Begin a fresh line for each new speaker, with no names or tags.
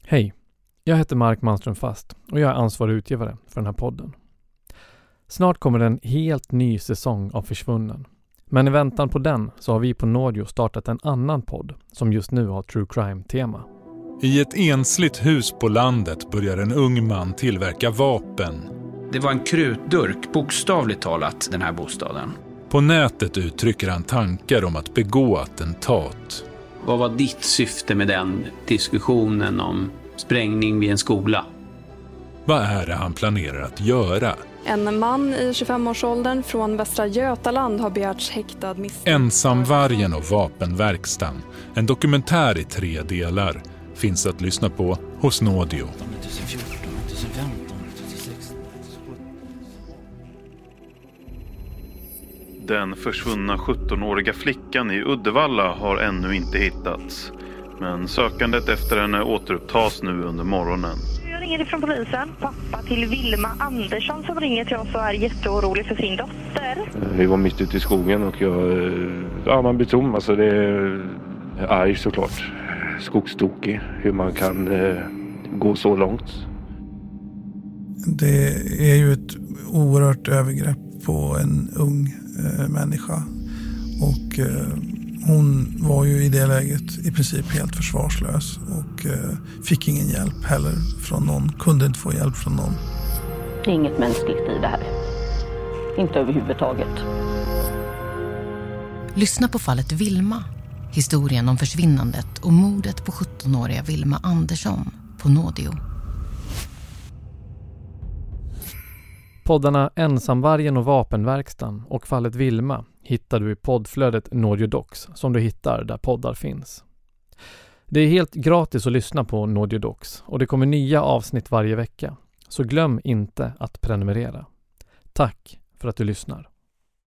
Hej, jag heter Mark Manström Fast och jag är ansvarig utgivare för den här podden. Snart kommer en helt ny säsong av Försvunnen. Men i väntan på den så har vi på Nordio startat en annan podd som just nu har true crime-tema.
I ett ensligt hus på landet börjar en ung man tillverka vapen.
Det var en krutdurk, bokstavligt talat, den här bostaden.
På nätet uttrycker han tankar om att begå attentat.
Vad var ditt syfte med den diskussionen om sprängning vid en skola?
Vad är det han planerar att göra?
En man i 25-årsåldern från Västra Götaland har begärts häktad misstänkt.
Ensamvargen och vapenverkstan. En dokumentär i 3 delar. Finns att lyssna på hos Nordio.
Den försvunna 17-åriga flickan i Uddevalla har ännu inte hittats. Men sökandet efter henne återupptas nu under morgonen.
Jag ringer ifrån polisen. Pappa till Vilma Andersson som ringer till oss och är jätteorolig för sin dotter.
Vi var mitt ute i skogen och man blir tom. Alltså det är arg såklart. Skogstokig. Hur man kan gå så långt.
Det är ju ett oerhört övergrepp på en ung människa. Och hon var ju i det läget i princip helt försvarslös och fick ingen hjälp heller från någon. Kunde inte få hjälp från någon.
Det är inget mänskligt i det här. Inte överhuvudtaget.
Lyssna på fallet Vilma. Historien om försvinnandet och mordet på 17-åriga Vilma Andersson på Nordio.
Poddarna Ensamvargen och vapenverkstan och fallet Vilma hittar du i poddflödet Nordio Docs som du hittar där poddar finns. Det är helt gratis att lyssna på Nordio Docs och det kommer nya avsnitt varje vecka. Så glöm inte att prenumerera. Tack för att du lyssnar.